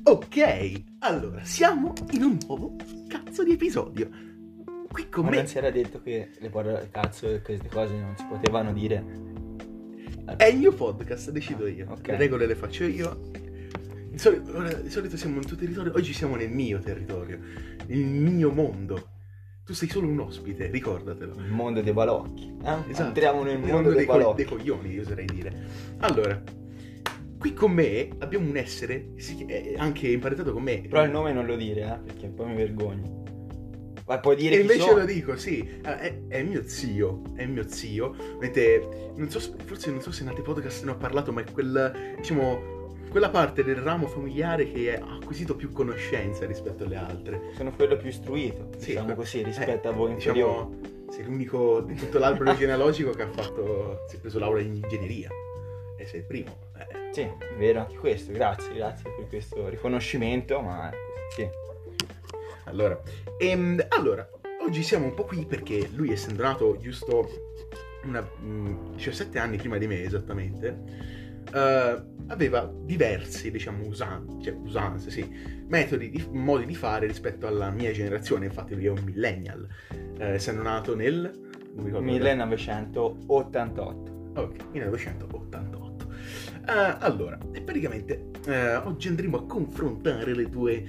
Ok, allora, siamo in un nuovo cazzo di episodio. Qui con Ma me non si era detto che le parole cazzo e queste cose non si potevano dire? è il mio podcast, decido io. ok. Le regole le faccio io. Di solito siamo nel tuo territorio, oggi siamo nel mio territorio, nel mio mondo. Tu sei solo un ospite, ricordatelo. Il mondo dei balocchi. Esatto. Entriamo nel Il mondo dei balocchi. dei coglioni, io oserei dire. Allora, qui con me abbiamo un essere che è anche imparentato con me. Però il nome non lo dire, perché poi mi vergogno. Ma puoi dire E chi invece sono? lo dico, sì, è mio zio, non so, forse non so se in altri podcast ne ho parlato, ma è quella parte del ramo familiare che ha acquisito più conoscenza rispetto alle altre. Sono quello più istruito, Sì, diciamo così, rispetto a voi inferiori. Diciamo, sei l'unico di tutto l'albero genealogico che si è preso laurea in ingegneria. E sei il primo. Sì, è vero, anche questo, grazie per questo riconoscimento, ma sì. Allora, oggi siamo un po' qui perché lui, essendo nato giusto 17 anni prima di me esattamente, aveva diversi, diciamo, usanze, sì, modi di fare rispetto alla mia generazione. Infatti lui è un millennial, essendo nato nel... non mi ricordo 1988. Ok, 1988. Allora, e praticamente oggi andremo a confrontare le due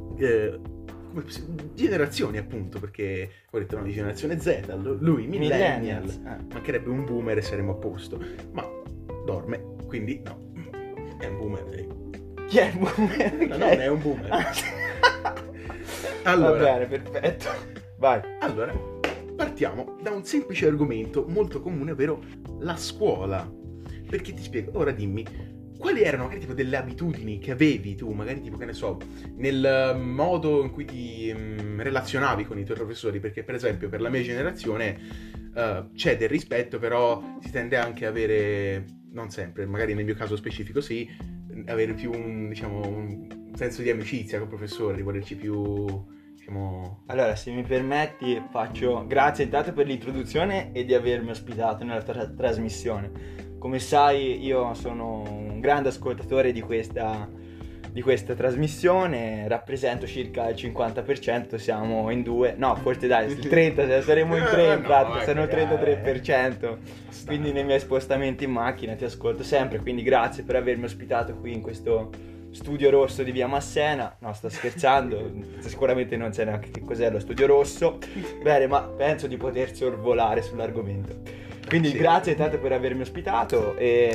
generazioni, appunto, perché ho detto di generazione Z, lui millennial. Mancherebbe un boomer e saremo a posto. Ma dorme, quindi no, è un boomer. Chi è il boomer? No, non è un boomer. Allora, va bene, perfetto. Vai. Allora, partiamo da un semplice argomento molto comune, ovvero la scuola. Perché ti spiego, ora dimmi, quali erano magari tipo delle abitudini che avevi tu, magari tipo, che ne so, nel modo in cui ti relazionavi con i tuoi professori? Perché per esempio per la mia generazione c'è del rispetto, però si tende anche a avere, non sempre, magari nel mio caso specifico sì, avere più un senso di amicizia col professore, di volerci più... Allora, se mi permetti, faccio grazie intanto per l'introduzione e di avermi ospitato nella trasmissione. Come sai, io sono un grande ascoltatore di questa trasmissione, rappresento circa il 50%, siamo in due, no, forse dai, il 30%, saremo in tre, in pratica, sono il 33%, quindi nei miei spostamenti in macchina ti ascolto sempre, quindi grazie per avermi ospitato qui in questo studio rosso di via Massena. No, sto scherzando, sicuramente non sai neanche che cos'è lo studio rosso. Bene, ma penso di poter sorvolare sull'argomento. Quindi sì. Grazie tanto per avermi ospitato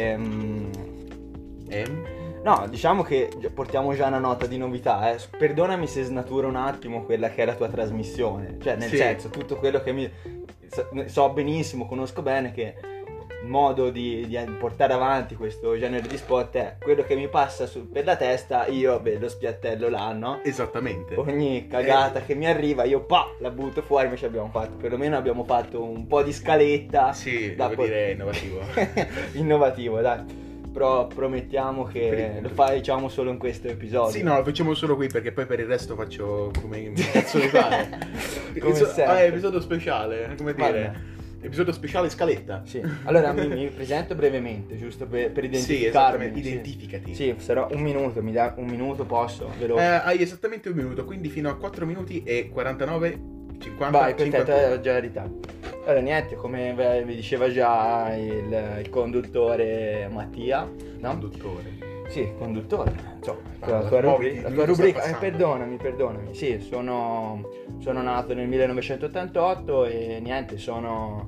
no, diciamo che portiamo già una nota di novità, Perdonami se snaturo un attimo quella che è la tua trasmissione. Cioè, nel senso, tutto quello che so benissimo, conosco bene che il modo di portare avanti questo genere di spot è quello che mi passa per la testa, io lo spiattello là, no? Esattamente. Ogni cagata che mi arriva io la butto fuori. Invece perlomeno abbiamo fatto un po' di scaletta. Sì, devo dire innovativo. Innovativo, dai. Però promettiamo che lo facciamo solo in questo episodio. Sì, no, lo facciamo solo qui, perché poi per il resto faccio come cazzo mi pare. Episodio speciale, come dire. Episodio speciale scaletta. Sì. Allora mi presento brevemente, giusto per identificarmi. Sì, esattamente, identificati. Sì, sarò un minuto, mi dà un minuto, posso? Veloce. Hai esattamente un minuto, quindi fino a 4 minuti e 49, 50. Vai, perfetto, ho già la ritardo. Allora, niente, come vi diceva già il conduttore Mattia, no? Conduttore. Sì, conduttore, insomma, la tua rubrica. Perdonami. Sì, sono nato nel 1988 e niente, sono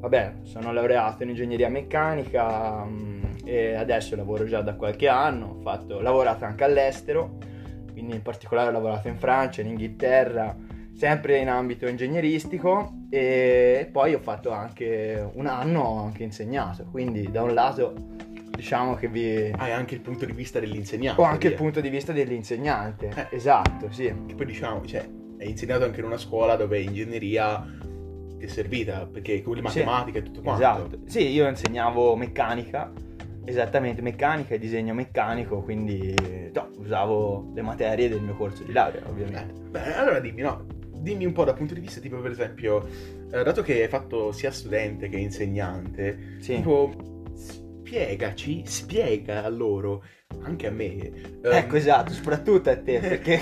laureato in ingegneria meccanica e adesso lavoro già da qualche anno. Ho lavorato anche all'estero, quindi in particolare ho lavorato in Francia, in Inghilterra, sempre in ambito ingegneristico, e poi ho fatto anche un anno, ho anche insegnato, quindi da un lato diciamo che hai anche il punto di vista dell'insegnante. Ho anche il punto di vista dell'insegnante, esatto, sì. Che poi diciamo, hai insegnato anche in una scuola dove ingegneria ti è servita, perché con le matematiche e tutto quanto. Esatto, sì, io insegnavo meccanica, esattamente, meccanica e disegno meccanico, quindi usavo le materie del mio corso di laurea, ovviamente. Beh, allora dimmi un po' dal punto di vista, tipo, per esempio, dato che hai fatto sia studente che insegnante, sì. tipo, spiega a loro, anche a me. Ecco, esatto, soprattutto a te, perché...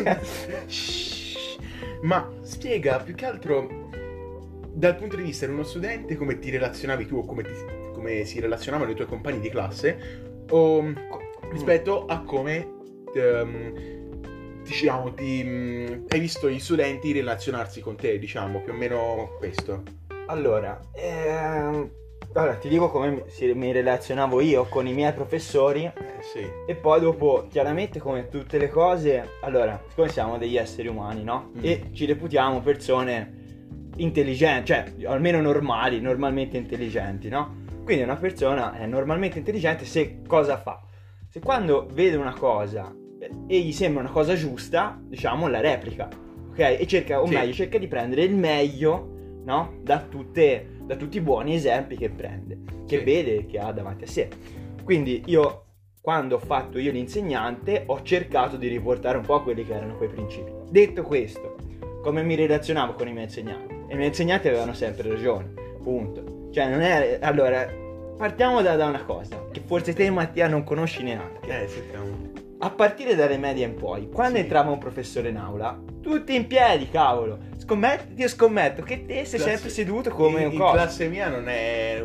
Ma spiega più che altro dal punto di vista di uno studente come ti relazionavi tu o come si relazionavano i tuoi compagni di classe o rispetto a come diciamo hai visto gli studenti relazionarsi con te, diciamo, più o meno questo. Allora, ti dico come mi relazionavo io con i miei professori. Sì. E poi dopo, chiaramente, come tutte le cose, allora, siccome siamo degli esseri umani, no? E ci reputiamo persone intelligenti, cioè almeno normalmente intelligenti, no? Quindi una persona è normalmente intelligente se cosa fa? Se quando vede una cosa e gli sembra una cosa giusta, diciamo, la replica, ok? E cerca di prendere il meglio, no? Da tutti i buoni esempi che prende, che vede, che ha davanti a sé. Quindi io, quando ho fatto io l'insegnante, ho cercato di riportare un po' quelli che erano quei principi. Detto questo, come mi relazionavo con i miei insegnanti? E i miei insegnanti avevano sempre ragione, punto. Cioè non è... Allora, partiamo da una cosa, che forse te, Mattia, non conosci neanche. Sentiamo. A partire dalle medie in poi, quando entrava un professore in aula, tutti in piedi, cavolo. Io scommetto che te sei sempre seduto come un coso. In classe mia non è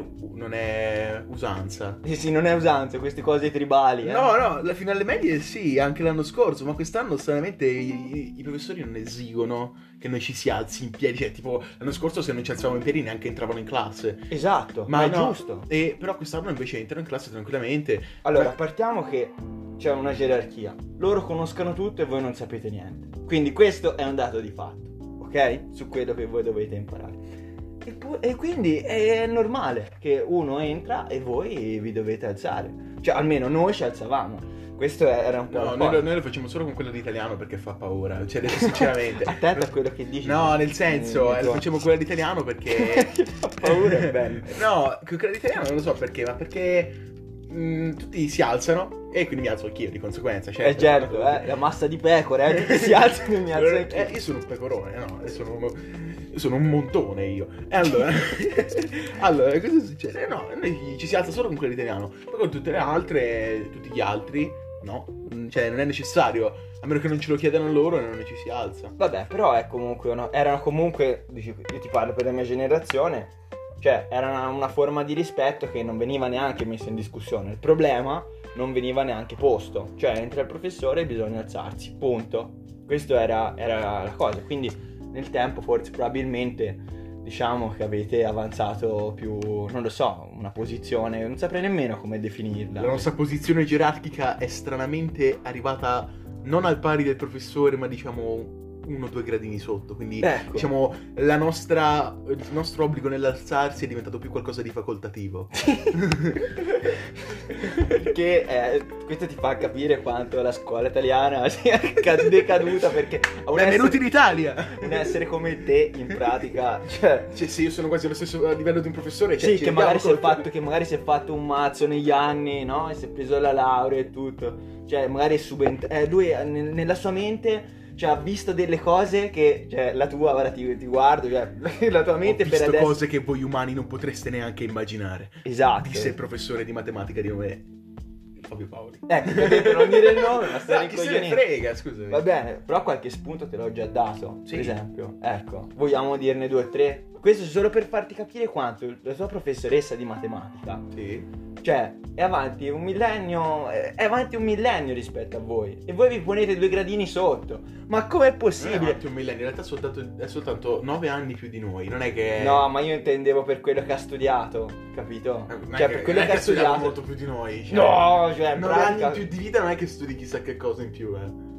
usanza. Sì, non è usanza, queste cose tribali. No, fino alle medie sì, anche l'anno scorso, ma quest'anno stranamente i professori non esigono che noi ci si alzi in piedi, cioè tipo l'anno scorso se non ci alzavamo in piedi neanche entravano in classe. Esatto, ma è giusto. Però quest'anno invece entrano in classe tranquillamente. Allora, partiamo che c'è una gerarchia. Loro conoscono tutto e voi non sapete niente. Quindi questo è un dato di fatto, ok? Su quello che voi dovete imparare. E quindi è normale che uno entra e voi vi dovete alzare. Cioè, almeno noi ci alzavamo. Questo era un po'... No, noi lo facciamo solo con quello di italiano perché fa paura. Cioè, sinceramente. Attento a quello che dici. No, nel senso, lo facciamo con quello di italiano perché... fa paura, è bello. No, con quello di italiano non lo so perché, ma perché... tutti si alzano e quindi mi alzo anch'io di conseguenza. Certo, la massa di pecore, tutti si alzano e mi alzo anch'io. Io sono un pecorone, no? Sono un montone io. E allora, cosa succede? No, noi ci si alza solo con quello italiano. Poi con tutte le altre, tutti gli altri, no? Cioè non è necessario, a meno che non ce lo chiedano loro, non ci si alza. Vabbè, però è comunque erano comunque, io ti parlo per la mia generazione. Cioè, era una forma di rispetto che non veniva neanche messa in discussione. Il problema non veniva neanche posto. Cioè, entra il professore e bisogna alzarsi, punto. Questo era la cosa. Quindi, nel tempo, forse, probabilmente, diciamo che avete avanzato più, non lo so, una posizione, non saprei nemmeno come definirla. La nostra posizione gerarchica è stranamente arrivata non al pari del professore, ma diciamo... 1 o 2 gradini sotto, quindi diciamo il nostro obbligo nell'alzarsi è diventato più qualcosa di facoltativo. Perché questo ti fa capire quanto la scuola italiana sia decaduta, perché benvenuti in Italia. Un essere come te in pratica, cioè se io sono quasi allo stesso livello di un professore, sì, che magari si è fatto un mazzo negli anni, no? E si è preso la laurea e tutto, cioè magari lui nella sua mente, cioè, ha visto delle cose che, cioè, la tua, ora ti guardo, cioè, la tua mente per adesso... Ho visto cose che voi umani non potreste neanche immaginare. Esatto. Disse il professore di matematica di nome Fabio Paoli. Ecco, ti ho detto non dire il nome, ma stare chi se ne frega, scusami. Va bene, però qualche spunto te l'ho già dato, sì. Per esempio. Ecco, vogliamo dirne 2 o 3? Questo solo per farti capire quanto la tua professoressa di matematica, sì, cioè, è avanti un millennio rispetto a voi. E voi vi ponete 2 gradini sotto. Ma com'è possibile? Non è avanti un millennio, in realtà è soltanto 9 anni più di noi. Non è che... No, ma io intendevo per quello che ha studiato, capito? Cioè, per quello che ha studiato molto più di noi. Cioè, no, cioè, 9 anni in più di vita non è che studi chissà che cosa in più,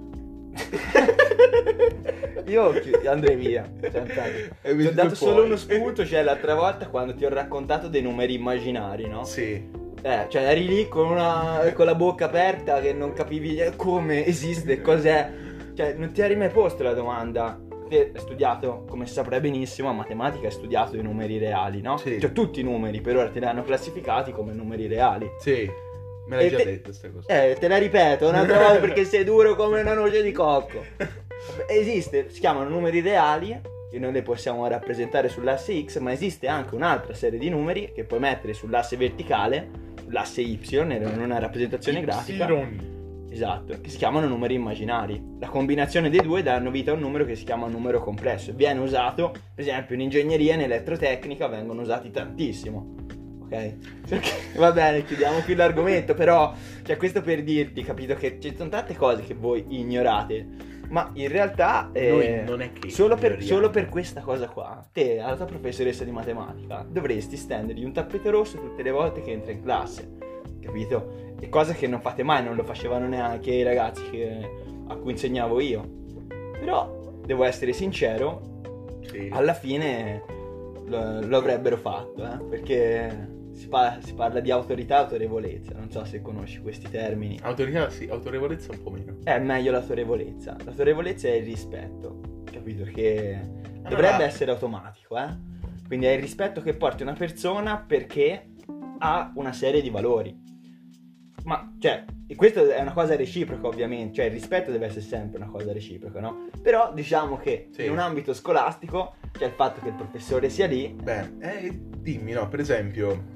Io andrei via. Ti ho dato solo uno spunto, cioè l'altra volta quando ti ho raccontato dei numeri immaginari, no? Sì. Cioè eri lì con la bocca aperta che non capivi come esiste, cos'è. Cioè non ti eri mai posto la domanda. Te hai studiato, come saprai benissimo, a matematica hai studiato i numeri reali, no? Sì. Cioè tutti i numeri per ora te li hanno classificati come numeri reali. Sì, me l'hai già detto questa cosa. Te la ripeto un'altra volta perché sei duro come una noce di cocco. Esiste, si chiamano numeri reali, che noi le possiamo rappresentare sull'asse X, ma esiste anche un'altra serie di numeri che puoi mettere sull'asse verticale, l'asse Y era una rappresentazione grafica. Esatto, che si chiamano numeri immaginari. La combinazione dei due danno vita a un numero che si chiama numero complesso. Viene usato, per esempio, in ingegneria e in elettrotecnica vengono usati tantissimo. Ok? Va bene, chiudiamo qui l'argomento, però, cioè, questo per dirti, capito, che ci sono tante cose che voi ignorate, ma in realtà noi non è che solo per questa cosa qua, te, alla tua professoressa di matematica, dovresti stendergli un tappeto rosso tutte le volte che entra in classe, capito? E cosa che non fate mai, non lo facevano neanche i ragazzi a cui insegnavo io. Però, devo essere sincero, sì, alla fine lo avrebbero fatto, perché si parla di autorità e autorevolezza. Non so se conosci questi termini. Autorità sì, autorevolezza un po' meno. È meglio l'autorevolezza. L'autorevolezza è il rispetto, capito? Che dovrebbe essere automatico, Quindi è il rispetto che porti una persona perché ha una serie di valori. Ma, cioè, questo è una cosa reciproca, ovviamente. Cioè, il rispetto deve essere sempre una cosa reciproca, no? Però diciamo che in un ambito scolastico c'è il fatto che il professore sia lì. Dimmi, no, per esempio,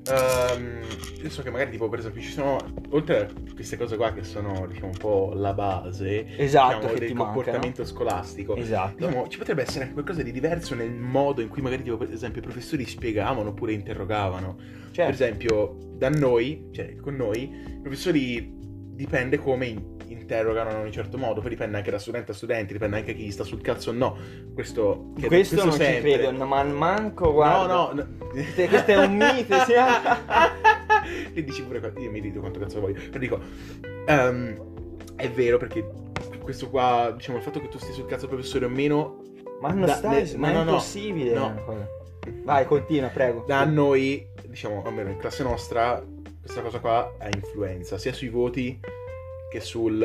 io so che magari, tipo, per esempio, ci sono, oltre a queste cose qua che sono, diciamo, un po' la base, esatto, diciamo, del comportamento scolastico, esatto, diciamo, ci potrebbe essere anche qualcosa di diverso nel modo in cui magari, tipo, per esempio, i professori spiegavano oppure interrogavano. Certo. Per esempio, da noi, cioè con noi, i professori dipende come interrogano in un certo modo, poi dipende anche da studente a studente, dipende anche chi sta sul cazzo o no. Questo non sempre. Ci credo, no, ma manco, guarda. No. Questo è un mito, sì. E dici pure, io mi dico quanto cazzo voglio, però dico, è vero, perché questo qua, diciamo, il fatto che tu stia sul cazzo professore o meno, ma non ma è impossibile. No. Vai, continua, prego. Da noi, diciamo, almeno in classe nostra, questa cosa qua ha influenza sia sui voti che sul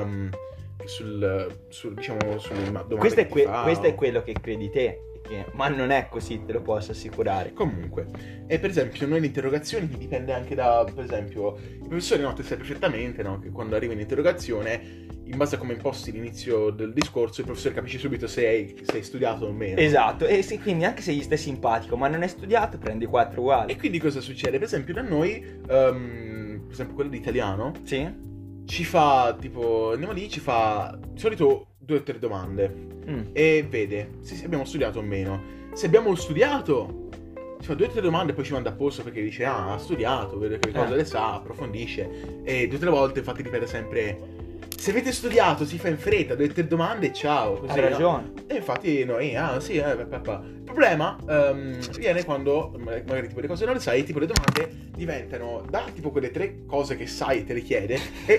diciamo, sulle domande. Questo è quello che credi te, ma non è così, te lo posso assicurare. Comunque, e per esempio noi le interrogazioni dipende anche da, per esempio, i professori, no, te sai perfettamente, no, che quando arriva in interrogazione, in base a come imposti l'inizio del discorso, il professore capisce subito se hai studiato o meno. Esatto, e quindi anche se gli stai simpatico ma non hai studiato, prendi 4 uguali. E quindi cosa succede? Per esempio da noi, per esempio quello di italiano, sì, ci fa, tipo, andiamo lì, ci fa di solito 2 o 3 domande e vede se abbiamo studiato o meno. Se abbiamo studiato, ci fa 2 o 3 domande e poi ci manda a posto, perché dice ha studiato, vede che le cose le sa, approfondisce, e 2 o 3 volte infatti ripete sempre: se avete studiato si fa in fretta, 2 o 3 domande e ciao, così, hai ragione, no? E infatti noi, sì, il problema viene quando magari tipo le cose non le sai, tipo le domande diventano da tipo quelle 3 cose che sai e te le chiede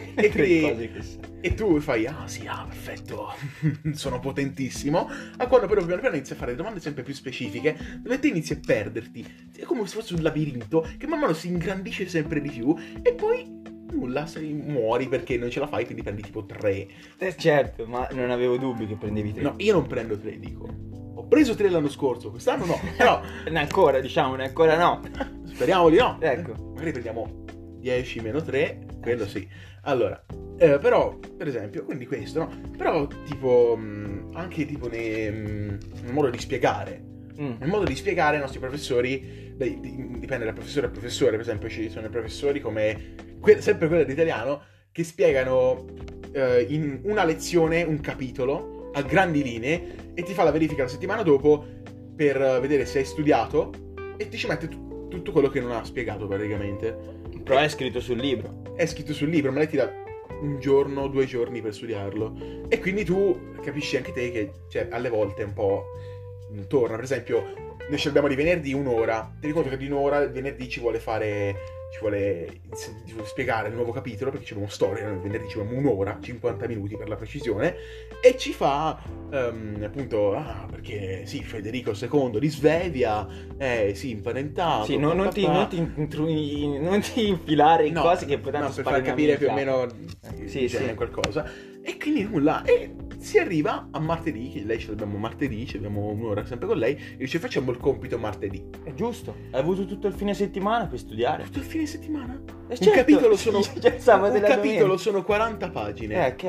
e tu fai perfetto, sono potentissimo, a quando però piano piano inizi a fare domande sempre più specifiche, dove te inizi a perderti, è come se fosse un labirinto che man mano si ingrandisce sempre di più e poi nulla, muori perché non ce la fai, quindi prendi tipo 3. Certo, ma non avevo dubbi che prendevi 3. No, io non prendo 3, dico. Ho preso 3 l'anno scorso, quest'anno no. Però ancora no. Speriamo di no. Ecco. Magari prendiamo 10 meno 3, quello sì. Allora, però, per esempio, quindi questo, no? Però, tipo, anche tipo nel modo di spiegare. Nel modo di spiegare i nostri professori, dipende da professore a professore. Per esempio ci sono professori come sempre quello di italiano che spiegano in una lezione un capitolo a grandi linee e ti fa la verifica la settimana dopo per vedere se hai studiato e ti ci mette tutto quello che non ha spiegato praticamente. Però è scritto sul libro. È scritto sul libro, ma lei ti dà 1 giorno, 2 giorni per studiarlo, e quindi tu capisci anche te che, cioè, alle volte un po' torna. Per esempio noi ci abbiamo di venerdì 1 ora, ti ricordo che di 1 ora il venerdì ci vuole spiegare il nuovo capitolo, perché c'è una storia, il venerdì ci abbiamo 1 ora, 50 minuti per la precisione, e ci fa appunto perché sì, Federico II di Svevia sì, imparentato, sì, non ti infilare in cose che poi tanto per far capire più o meno sì. qualcosa. E quindi nulla, e si arriva a martedì, che lei ce l'abbiamo martedì, ci abbiamo 1 ora sempre con lei, e dice facciamo il compito martedì. È giusto, hai avuto tutto il fine settimana per studiare. Tutto il fine settimana? Certo. Un capitolo sono sono 40 pagine. Che è?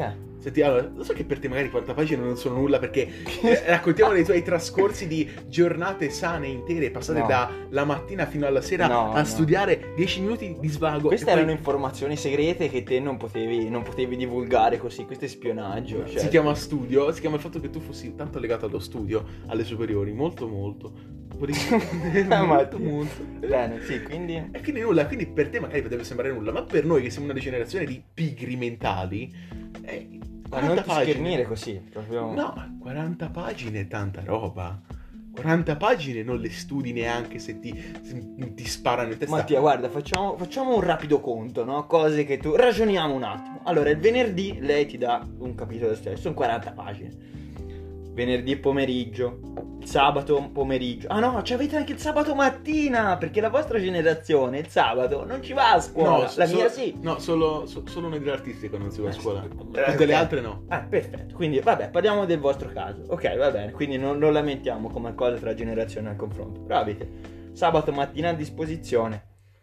Senti, allora, lo so che per te magari 40 pagine non sono nulla perché raccontiamo dei tuoi trascorsi di giornate sane, intere, passate dalla mattina fino alla sera a studiare 10 minuti di svago. Queste erano informazioni segrete che te non potevi divulgare così, questo è spionaggio. Cioè. Si chiama studio, si chiama il fatto che tu fossi tanto legato allo studio, alle superiori, molto. Molto. Bene, sì, quindi... E quindi nulla, quindi per te magari potrebbe sembrare nulla, ma per noi che siamo una generazione di pigri mentali, ma non ti schernire così, proprio... No, 40 pagine è tanta roba. 40 pagine non le studi neanche se ti sparano in testa. Mattia, guarda, facciamo un rapido conto, no? Cose che tu... Ragioniamo un attimo. Allora, il venerdì lei ti dà un capitolo stesso, sono 40 pagine. Venerdì pomeriggio, il sabato pomeriggio. Ah no, avete anche il sabato mattina, perché la vostra generazione il sabato non ci va a scuola. No, mia sì. No, solo un'artistica non si va a scuola. Tutte le altre no. Perfetto. Quindi, vabbè, parliamo del vostro caso. Ok, va bene. Quindi non lamentiamo come cosa tra generazioni al confronto. Però avete sabato mattina a disposizione.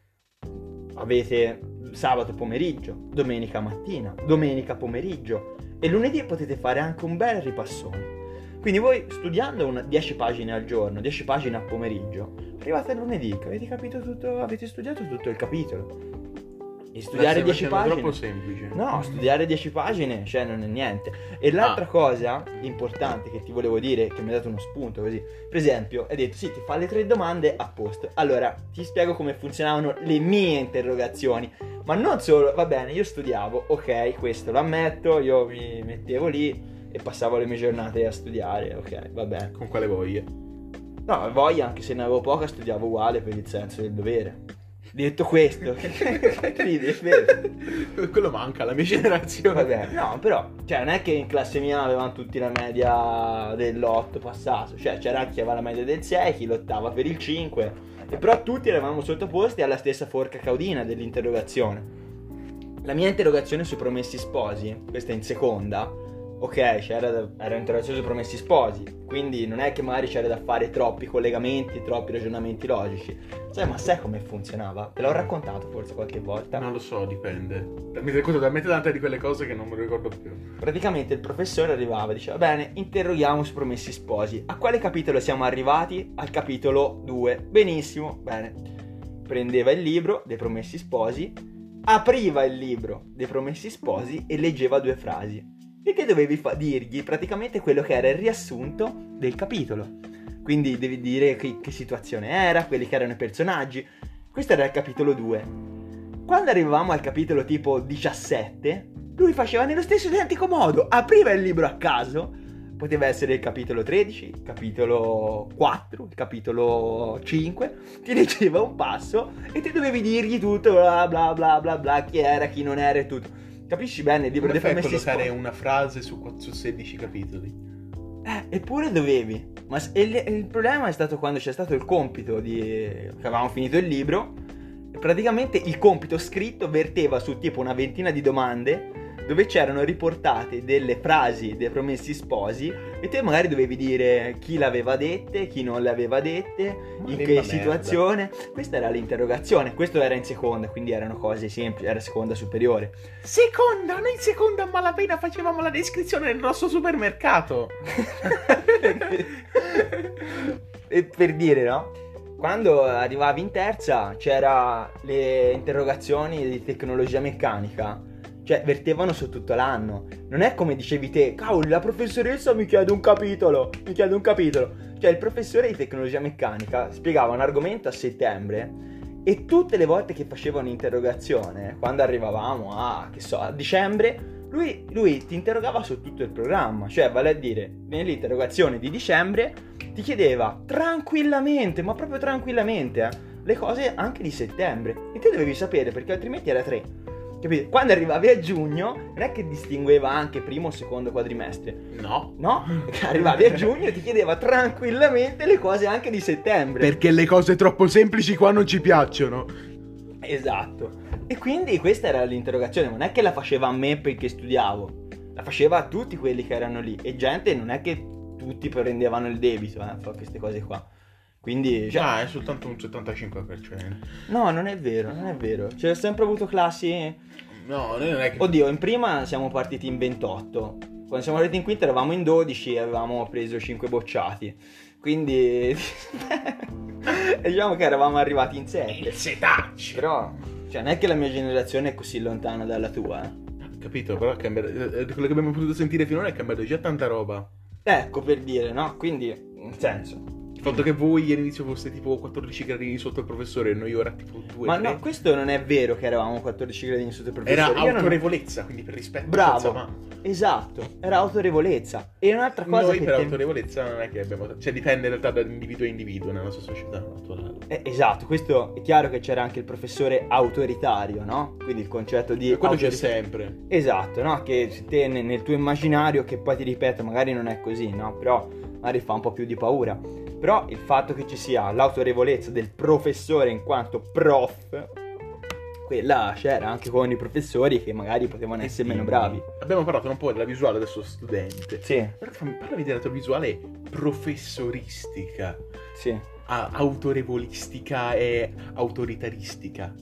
Avete sabato pomeriggio, domenica mattina, domenica pomeriggio. E lunedì potete fare anche un bel ripassone. Quindi voi studiando 10 pagine al giorno, 10 pagine a pomeriggio, arrivate a lunedì che avete capito tutto, avete studiato tutto il capitolo. E studiare 10 pagine è troppo semplice. No, studiare 10 pagine, cioè non è niente. E l'altra cosa importante che ti volevo dire, che mi ha dato uno spunto così, per esempio, hai detto sì, ti fa le 3 domande a posto. Allora, ti spiego come funzionavano le mie interrogazioni. Ma non solo, va bene, io studiavo, ok, questo lo ammetto, io mi mettevo lì e passavo le mie giornate a studiare, ok, va bene. Con quale voglia? No, voglia, anche se ne avevo poca, studiavo uguale per il senso del dovere. Detto questo, ridi, è vero. Quello manca alla mia generazione. Vabbè, no, però, cioè, non è che in classe mia avevano tutti la media dell'8 passato, cioè c'era chi aveva la media del 6, chi lottava per il 5, e però tutti eravamo sottoposti alla stessa forca caudina dell'interrogazione. La mia interrogazione sui Promessi Sposi, questa in seconda, ok, era un'interrogazione sui Promessi Sposi, quindi non è che magari c'era da fare troppi collegamenti, troppi ragionamenti logici. Ma sai come funzionava? Te l'ho raccontato forse qualche volta? Non lo so, dipende. Mi racconto talmente tante di quelle cose che non me lo ricordo più. Praticamente il professore arrivava e diceva: bene, interroghiamo sui Promessi Sposi. A quale capitolo siamo arrivati? Al capitolo 2. Benissimo, bene. Prendeva il libro dei Promessi Sposi, apriva il libro dei Promessi Sposi e leggeva 2 frasi. E te dovevi dirgli praticamente quello che era il riassunto del capitolo. Quindi devi dire che situazione era, quelli che erano i personaggi. Questo era il capitolo 2. Quando arrivavamo al capitolo tipo 17, lui faceva nello stesso identico modo. Apriva il libro a caso. Poteva essere il capitolo 13, il capitolo 4, il capitolo 5. Ti leggeva un passo e te dovevi dirgli tutto, bla bla bla bla bla, chi era, chi non era e tutto. Capisci bene il libro dei Promessi Sposi? Collocare una frase su 16 capitoli. Eppure dovevi. Ma il problema è stato quando c'è stato il compito che avevamo finito il libro. E praticamente il compito scritto verteva su tipo una ventina di domande dove c'erano riportate delle frasi dei Promessi Sposi e te magari dovevi dire chi l'aveva dette, chi non le aveva dette, in che situazione. Questa era l'interrogazione. Questo era in seconda, quindi erano cose semplici, era seconda superiore. Seconda? Noi in seconda a malapena facevamo la descrizione del nostro supermercato. E per dire, no? Quando arrivavi in terza c'era le interrogazioni di tecnologia meccanica. Cioè, vertevano su tutto l'anno. Non è come dicevi te, cavolo, la professoressa mi chiede un capitolo. Cioè, il professore di tecnologia meccanica spiegava un argomento a settembre e tutte le volte che faceva un'interrogazione, quando arrivavamo a dicembre, lui ti interrogava su tutto il programma. Cioè, vale a dire, nell'interrogazione di dicembre ti chiedeva tranquillamente, ma proprio tranquillamente, le cose anche di settembre. E te dovevi sapere, perché altrimenti era 3. Capito? Quando arrivavi a giugno non è che distingueva anche primo o secondo quadrimestre. No. Arrivavi a giugno e ti chiedeva tranquillamente le cose anche di settembre. Perché le cose troppo semplici qua non ci piacciono. Esatto. E quindi questa era l'interrogazione. Non è che la faceva a me perché studiavo, la faceva a tutti quelli che erano lì. E gente, non è che tutti prendevano il debito a fare queste cose qua. Quindi, cioè, è soltanto un 75%. No, non è vero. C'è sempre avuto classi No, noi non è che... Oddio, in prima siamo partiti in 28. Quando siamo arrivati in quinta eravamo in 12 e avevamo preso 5 bocciati. Quindi diciamo che eravamo arrivati in 7. Il setaccio! Però, cioè, non è che la mia generazione è così lontana dalla tua, Capito, però quello che abbiamo potuto sentire finora è cambiato già tanta roba. Ecco, per dire, no? Quindi, nel senso... Il fatto che voi all'inizio foste tipo 14 gradini sotto il professore e noi ora tipo 2. Ma 3. no, questo non è vero che eravamo 14 gradini sotto il professore. Era autorevolezza, quindi per rispetto. Bravo, esatto, era autorevolezza. E un'altra cosa noi che... per autorevolezza non è che abbiamo... Cioè dipende in realtà da individuo a individuo nella nostra società attuale. Esatto, questo è chiaro che c'era anche il professore autoritario, no? Quindi il concetto di... Quello c'è sempre. Esatto, no? Che te nel tuo immaginario, che poi ti ripeto, magari non è così, no? Però magari fa un po' più di paura. Però il fatto che ci sia l'autorevolezza del professore in quanto prof, quella c'era anche con i professori che magari potevano essere meno bravi. Abbiamo parlato un po' della visuale adesso studente. Sì. Però parlami della tua visuale professoristica. Sì. Autorevolistica e autoritaristica.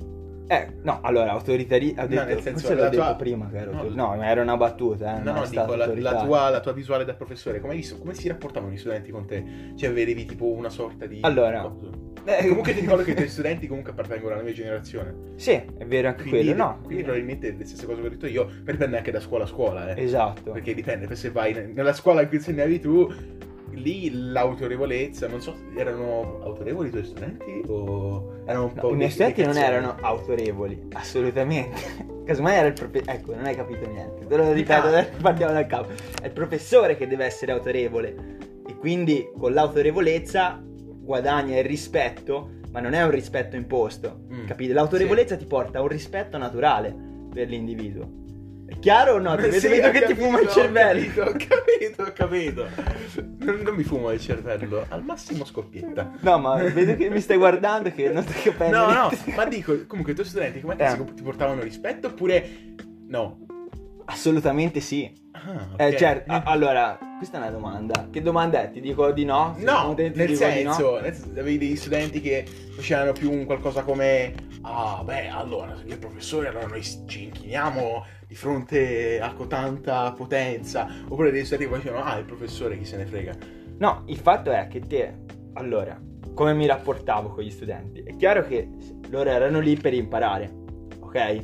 No, allora, autoritaristica... No, nel senso, forse l'ho detto prima che ero... No, ma era una battuta, No, dico, la tua visuale da professore. Come hai visto? Come si rapportavano i studenti con te? Cioè, vedevi tipo una sorta di... Allora... comunque ti ricordo che i tuoi studenti comunque appartengono alla mia generazione. Sì, è vero anche quindi, quello, no? Quindi probabilmente le stesse cose che ho detto io, per dipende anche da scuola a scuola, Esatto. Perché dipende, se vai nella scuola in cui insegnavi tu, lì l'autorevolezza, non so, erano autorevoli i tuoi studenti o erano un po'... I miei studenti non erano autorevoli, assolutamente. Casomai era il professore... Ecco, non hai capito niente. Te lo ripeto, partiamo dal capo. È il professore che deve essere autorevole e quindi con l'autorevolezza guadagna il rispetto, ma non è un rispetto imposto, capite? L'autorevolezza ti porta a un rispetto naturale per l'individuo. È chiaro o no? Vedo che ti fuma il cervello. Ho capito. Non mi fumo il cervello, al massimo scoppietta. No, ma vedo che mi stai guardando che non stai capendo. No, ma dico, comunque i tuoi studenti come ti portavano rispetto oppure no? Assolutamente sì. Okay. Certo, allora, questa è una domanda. Che domanda è? Ti dico di no? No, nel senso, avevi degli studenti che facevano più un qualcosa come allora, il professore, allora noi ci inchiniamo di fronte a tanta potenza, oppure degli studenti che facevano il professore chi se ne frega. No, il fatto è che allora, come mi rapportavo con gli studenti? È chiaro che loro erano lì per imparare, ok?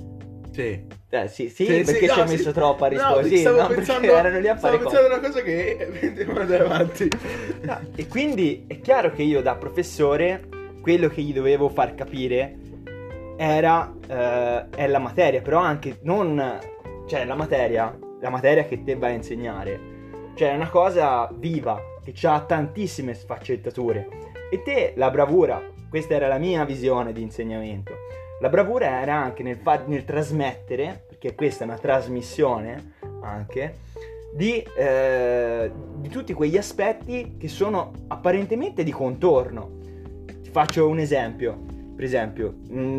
Sì. Sì, perché ci ho messo troppo a rispondere. Stavo pensando, erano lì a fare pensando a una cosa che devo andare avanti. E quindi è chiaro che io da professore quello che gli dovevo far capire è la materia, però anche non, cioè la materia che te vai a insegnare, cioè è una cosa viva che ha tantissime sfaccettature. E te la bravura, questa era la mia visione di insegnamento. La bravura era anche nel trasmettere, perché questa è una trasmissione anche, di tutti quegli aspetti che sono apparentemente di contorno. Ti faccio un esempio. Per esempio,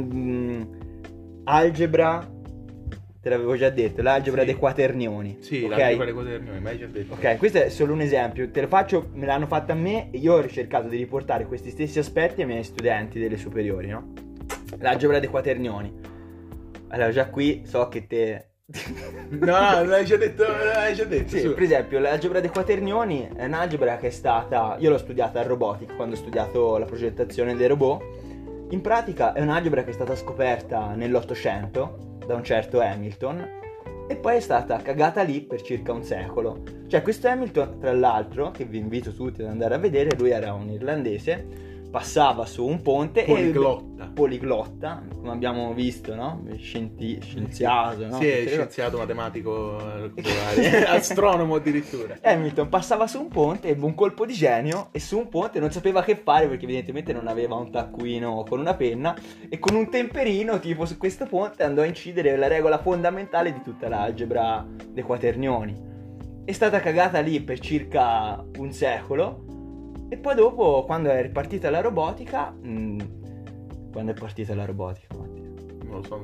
algebra, te l'avevo già detto, l'algebra dei quaternioni. Sì, okay? l'algebra dei quaternioni, mai già detto. Ok, questo è solo un esempio, te lo faccio, me l'hanno fatta a me e io ho cercato di riportare questi stessi aspetti ai miei studenti delle superiori, no? L'algebra dei quaternioni. Allora già qui so che te... No, l'hai già detto. Sì, per esempio l'algebra dei quaternioni è un'algebra che è stata... Io l'ho studiata a robotica quando ho studiato la progettazione dei robot. In pratica è un'algebra che è stata scoperta nell'Ottocento da un certo Hamilton e poi è stata cagata lì per circa un secolo. Cioè questo Hamilton, tra l'altro, che vi invito tutti ad andare a vedere, lui era un irlandese, passava su un ponte poliglotta, come abbiamo visto, no? Scienziato, no? Sì, è scienziato, matematico, astronomo addirittura. Hamilton passava su un ponte, ebbe un colpo di genio e su un ponte non sapeva che fare perché evidentemente non aveva un taccuino con una penna e con un temperino tipo su questo ponte andò a incidere la regola fondamentale di tutta l'algebra dei quaternioni. È stata cagata lì per circa un secolo. E poi dopo, quando è ripartita la robotica... Quando è partita la robotica, Mattia? Non lo so,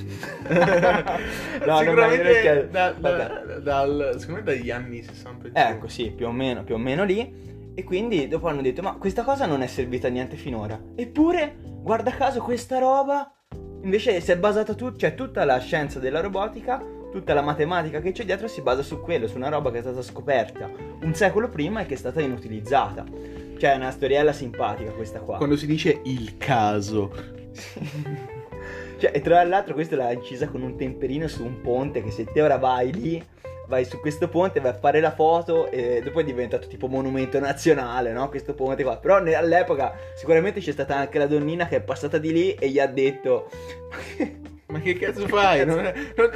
no, sicuramente secondo me dagli anni 60. Ecco, sì, più o meno lì. E quindi dopo hanno detto, ma questa cosa non è servita a niente finora. Eppure, guarda caso, questa roba Invece si è basata cioè tutta la scienza della robotica, tutta la matematica che c'è dietro si basa su quello, su una roba che è stata scoperta un secolo prima e che è stata inutilizzata. Cioè è una storiella simpatica questa qua. Quando si dice il caso. Cioè, e tra l'altro questa l'ha incisa con un temperino su un ponte, che se te ora vai lì, vai su questo ponte, vai a fare la foto e dopo è diventato tipo monumento nazionale, no? Questo ponte qua. Però all'epoca sicuramente c'è stata anche la donnina che è passata di lì e gli ha detto: ma che cazzo fai? Non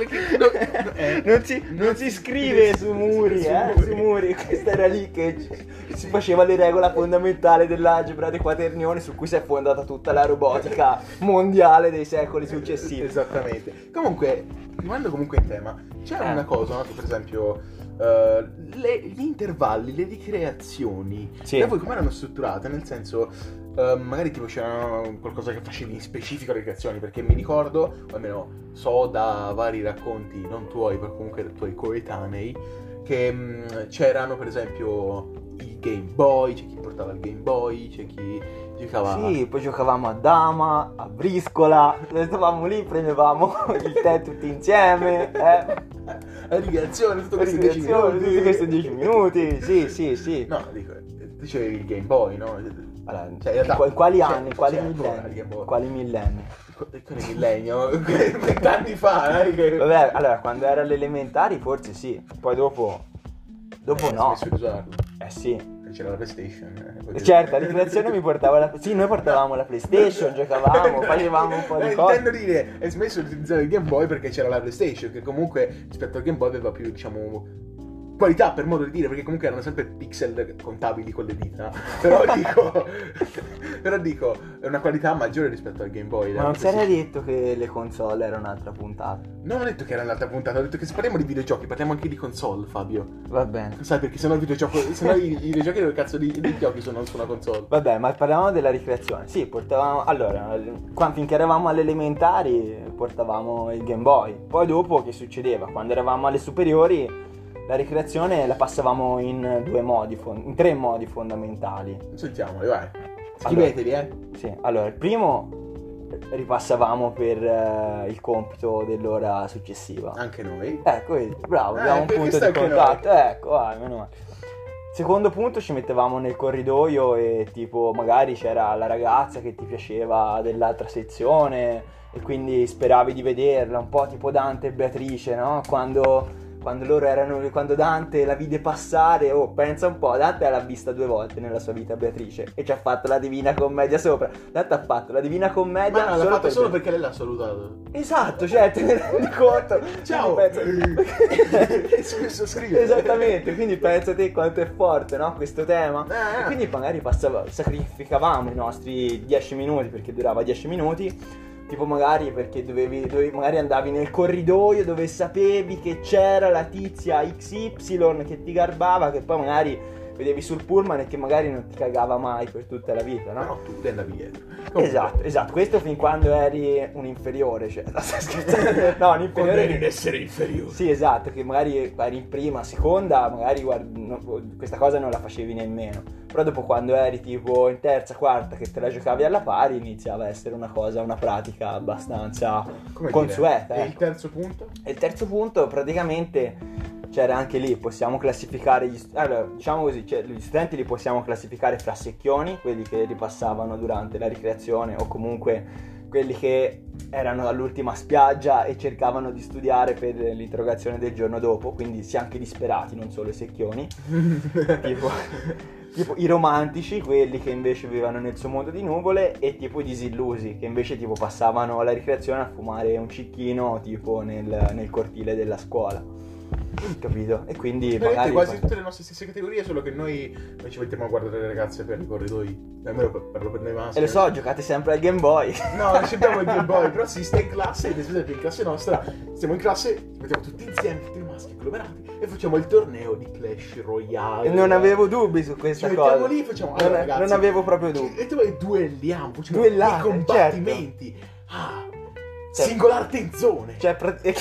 si scrive su muri, su muri. Questa era lì che si faceva le regole fondamentali dell'algebra dei quaternioni, su cui si è fondata tutta la robotica mondiale dei secoli successivi. Esattamente. Comunque, rimanendo comunque in tema, c'era una cosa, no? Che per esempio gli intervalli, le ricreazioni, da voi come erano strutturate? Nel senso, magari tipo c'era qualcosa che facevi in specifico alle ricreazioni, perché mi ricordo, o almeno so da vari racconti, non tuoi, però comunque tuoi coetanei, che c'erano per esempio i Game Boy, c'è chi portava il Game Boy, c'è chi giocava... Sì, poi giocavamo a dama, a briscola, stavamo lì, prendevamo il tè tutti insieme, La ricreazione, tutti questi 10 minuti. Tutti questi 10 minuti, sì. No, dico, dicevi il Game Boy, no? Allora, cioè, in realtà, quali anni, quali millenni? Quali millenni? Con il millennio, 20 anni fa, Vabbè, allora, quando era alle elementari forse sì, poi dopo no. Smesso di usarlo. Sì. C'era la PlayStation. Certo, a ricreazione mi portava sì, noi portavamo la PlayStation, giocavamo, facevamo un po' di cose. Intendo dire, hai smesso di utilizzare il Game Boy perché c'era la PlayStation, che comunque rispetto al Game Boy aveva più, diciamo, qualità, per modo di dire, perché comunque erano sempre pixel contabili con le dita. Però dico, è una qualità maggiore rispetto al Game Boy. Ma non si era detto che le console erano un'altra puntata? Non ho detto che era un'altra puntata, ho detto che se parliamo di videogiochi, parliamo anche di console, Fabio. Va bene. Sai, perché sennò il videogioco, sennò i videogiochi del cazzo di giochi sono su una console. Vabbè, ma parliamo della ricreazione. Sì, portavamo, allora, finché eravamo alle elementari portavamo il Game Boy. Poi dopo che succedeva? Quando eravamo alle superiori la ricreazione la passavamo in in 3 modi fondamentali. Sentiamoli, vai. Scriveteli, Sì, allora, il primo ripassavamo per il compito dell'ora successiva. Anche noi. Ecco, vedi, bravo, abbiamo un punto di contatto. Ecco, vai, meno male. Secondo punto ci mettevamo nel corridoio e tipo magari c'era la ragazza che ti piaceva dell'altra sezione e quindi speravi di vederla, un po' tipo Dante e Beatrice, no? Quando Dante la vide passare, pensa un po', Dante l'ha vista 2 volte nella sua vita Beatrice e ci ha fatto la Divina Commedia sopra. Dante ha fatto la Divina Commedia, ma l'ha fatto solo perché lei l'ha salutato. Esatto, cioè te ne rendi conto? Ciao. Scrive. Esattamente, quindi pensa te quanto è forte, no, questo tema. E quindi magari sacrificavamo i nostri 10 minuti, perché durava 10 minuti. Tipo magari perché dovevi magari andavi nel corridoio dove sapevi che c'era la tizia XY che ti garbava, che poi magari vedevi sul pullman e che magari non ti cagava mai per tutta la vita, no? No, tu te andavi dietro. Esatto, questo fin quando eri un inferiore, cioè, stai scherzando? No, un inferiore. Quando eri un essere inferiore. Sì, esatto, che magari eri in prima, seconda, magari questa cosa non la facevi nemmeno. Però dopo quando eri tipo in terza, quarta, che te la giocavi alla pari, iniziava a essere una pratica abbastanza consueta. E il terzo punto? E il terzo punto praticamente c'era anche lì, possiamo classificare allora, diciamo così, gli studenti li possiamo classificare fra secchioni, quelli che ripassavano durante la ricreazione o comunque quelli che erano all'ultima spiaggia e cercavano di studiare per l'interrogazione del giorno dopo, quindi si è anche disperati, non solo i secchioni. tipo i romantici, quelli che invece vivevano nel suo mondo di nuvole, e tipo i disillusi, che invece tipo passavano la ricreazione a fumare un cicchino tipo nel cortile della scuola. Capito? E quindi magari quasi tutte le nostre stesse categorie, solo che noi ci mettiamo a guardare le ragazze per i corridoi. Almeno parlo per noi maschi. E lo so, giocate sempre al Game Boy. No, non abbiamo il Game Boy, però si sta in classe, ad esempio in classe nostra, stiamo in classe, ci mettiamo tutti insieme, tutti i maschi agglomerati, e facciamo il torneo di Clash Royale. E non avevo dubbi su questa cosa. Ci mettiamo lì e facciamo, allora, ragazzi, non avevo proprio dubbi. E poi duelliamo, facciamo i combattimenti. Certo. Singolar tenzone. Cioè,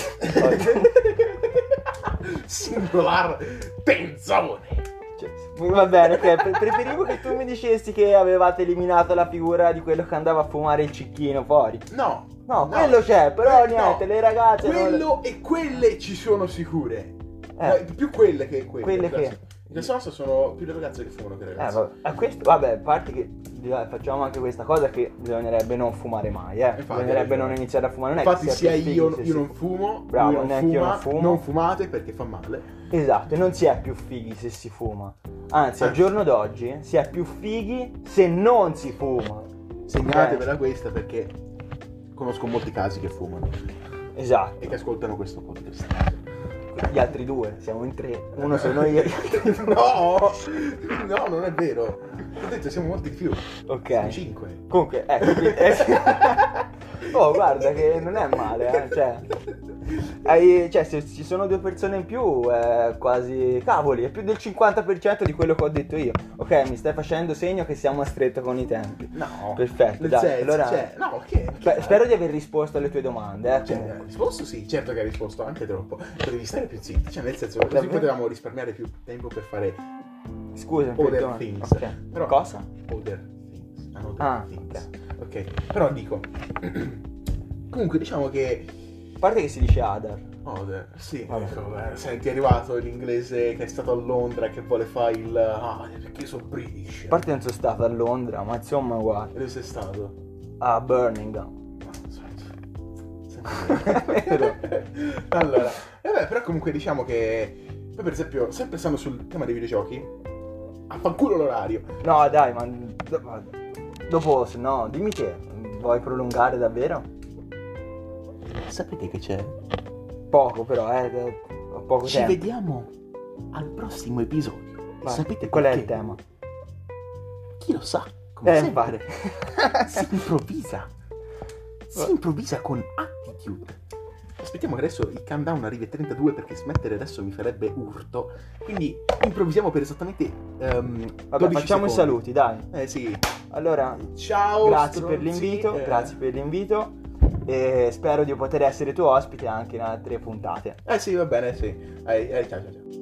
Singolar tenzone. Va bene, ok, preferivo che tu mi dicessi che avevate eliminato la figura di quello che andava a fumare il cicchino fuori. No, No, quello c'è, però niente, no. le ragazze... Quello e quelle ci sono sicure. Più quelle che quelle. Quelle che... In questo senso sono più le ragazze che fumano che le ragazze. Vabbè, a parte che facciamo anche questa cosa che bisognerebbe non fumare mai, bisognerebbe non iniziare a fumare. Non infatti è che sia io non fumo, bravo, neanche io non fumo. Non fumate perché fa male. Esatto, e non si è più fighi se si fuma. Anzi, al giorno d'oggi si è più fighi se non si fuma. Segnatevela questa perché conosco molti casi che fumano. Esatto. E che ascoltano questo podcast. Gli altri due, siamo in 3. Uno sono io. No, non è vero. Ho detto siamo molti di più. Ok. Siamo 5. Comunque, oh, guarda che non è male, cioè, se ci sono 2 persone in più è quasi... Cavoli, è più del 50% di quello che ho detto io. Ok, mi stai facendo segno che siamo a stretto con i tempi. No. Perfetto, dai. Senso, allora... no, che spero di aver risposto alle tue domande, Cioè, risposto sì, certo che hai risposto anche troppo. Potevi stare più zitti, cioè nel senso così potevamo risparmiare più tempo per fare scusa, other things. Okay. Però, cosa? Other things. Another things. Ok, però dico comunque diciamo che a parte che si dice other. Other, sì. Ecco, senti, è arrivato l'inglese che è stato a Londra che vuole fare il perché io sono British. A parte non sono stato a Londra, ma insomma guarda. Dove sei stato? A Birmingham. Allora, però comunque diciamo che poi per esempio, sempre stando sul tema dei videogiochi, affanculo l'orario. No dai, ma dopo, se no, dimmi che vuoi prolungare davvero? Sapete che c'è? Poco però, ho poco Ci tempo. vediamo al prossimo episodio. Vai. Sapete qual perché? è il tema? Chi lo sa? Come sempre. Pare. Si improvvisa con attitude. Aspettiamo che adesso il countdown arrivi a 32 perché smettere adesso mi farebbe urto. Quindi improvvisiamo per esattamente Vabbè, facciamo secondi. I saluti, dai. Sì. Allora, ciao. Grazie per l'invito. E spero di poter essere tuo ospite anche in altre puntate. Sì, va bene, sì. Ciao.